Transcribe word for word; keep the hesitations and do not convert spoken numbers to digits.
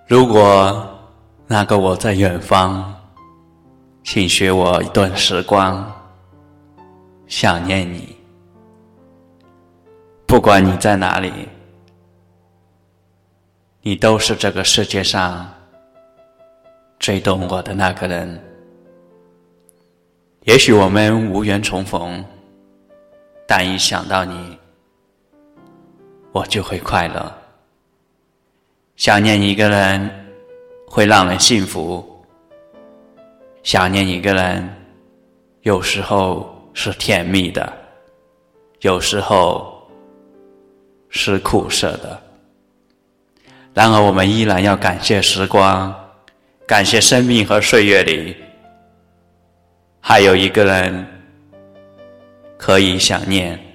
如果那个我在远方，请许我一段时光，想念你。不管你在哪里，你都是这个世界上最懂我的那个人。也许我们无缘重逢，但一想到你，我就会快乐。想念一个人会让人幸福，想念一个人有时候是甜蜜的，有时候是苦涩的。然而我们依然要感谢时光，感谢生命和岁月里还有一个人可以想念。